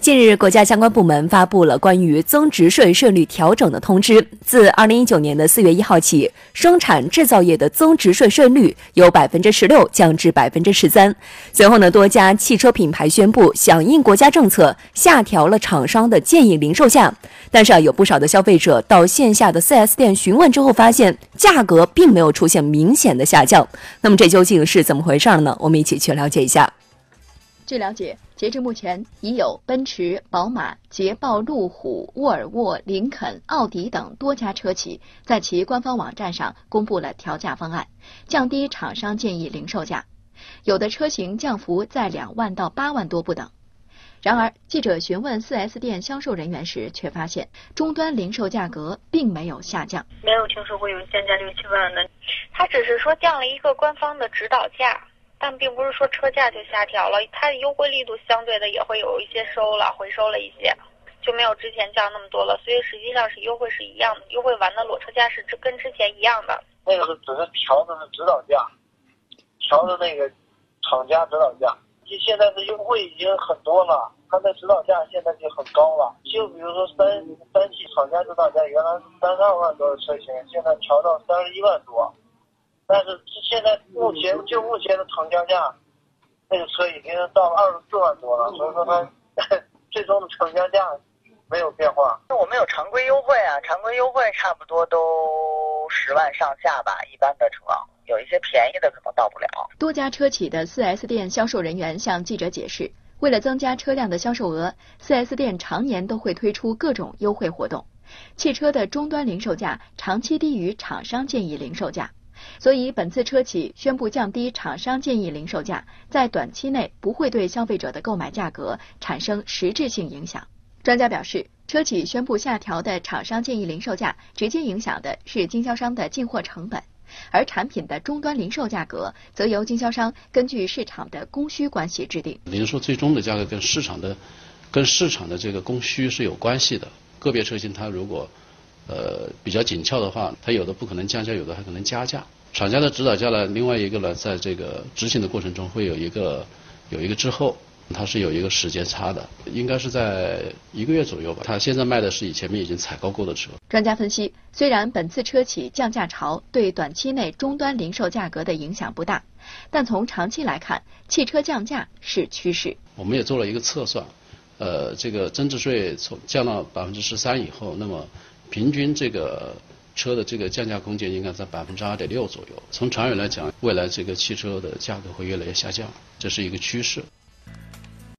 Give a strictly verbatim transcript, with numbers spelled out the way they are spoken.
近日，国家相关部门发布了关于增值税税率调整的通知。自二零一九年的四月一号起，生产制造业的增值税税率由百分之十六降至百分之十三。随后呢，多家汽车品牌宣布响应国家政策，下调了厂商的建议零售价。但是啊，有不少的消费者到线下的 四 S 店询问之后，发现价格并没有出现明显的下降。那么这究竟是怎么回事呢？我们一起去了解一下。 据了解，截至目前，已有奔驰、宝马、捷豹、路虎、沃尔沃、林肯、奥迪等多家车企在其官方网站上公布了调价方案，降低厂商建议零售价，有的车型降幅在两万到八万多不等。然而，记者询问 四 S 店销售人员时，却发现终端零售价格并没有下降， 没有听说过有降价六七万的，他只是说降了一个官方的指导价。但并不是说车价就下调了，它的优惠力度相对的也会有一些收了，回收了一些，就没有之前降那么多了，所以实际上是优惠是一样的，优惠完的裸车价是跟之前一样的。 那个是只是调的是指导价，调的那个厂家指导价，现在是优惠已经很多了，它的指导价现在就很高了。就比如说三三系厂家指导价原来是三十二万多的车型，现在调到三十一万多。但是现在目前就目前的成交价，那个车已经到了二十四万多了，所以说它最终的成交价没有变化。 我们有常规优惠啊，常规优惠差不多都十万上下吧，一般的车有一些便宜的可能到不了。 多家车企的 四 S 店销售人员向记者解释，为了增加车辆的销售额 ，四 S 店常年都会推出各种优惠活动。汽车的终端零售价长期低于厂商建议零售价。所以本次车企宣布降低厂商建议零售价，在短期内不会对消费者的购买价格产生实质性影响。专家表示，车企宣布下调的厂商建议零售价，直接影响的是经销商的进货成本，而产品的终端零售价格则由经销商根据市场的供需关系制定。 零售最终的价格跟市场的跟市场的这个供需是有关系的。个别车型它如果呃，比较紧俏的话，它有的不可能降价，有的还可能加价。厂家的指导价呢，另外一个呢，在这个执行的过程中会有一个有一个滞后，它是有一个时间差的，应该是在一个月左右吧。它现在卖的是以前面已经采购过的车。 专家分析，虽然本次车企降价潮对短期内终端零售价格的影响不大，但从长期来看，汽车降价是趋势。 我们也做了一个测算，呃，这个增值税从降到百分之十三以后，那么平均这个车的这个降价空间应该在百分之二点六左右。从长远来讲，未来这个汽车的价格会越来越下降，这是一个趋势。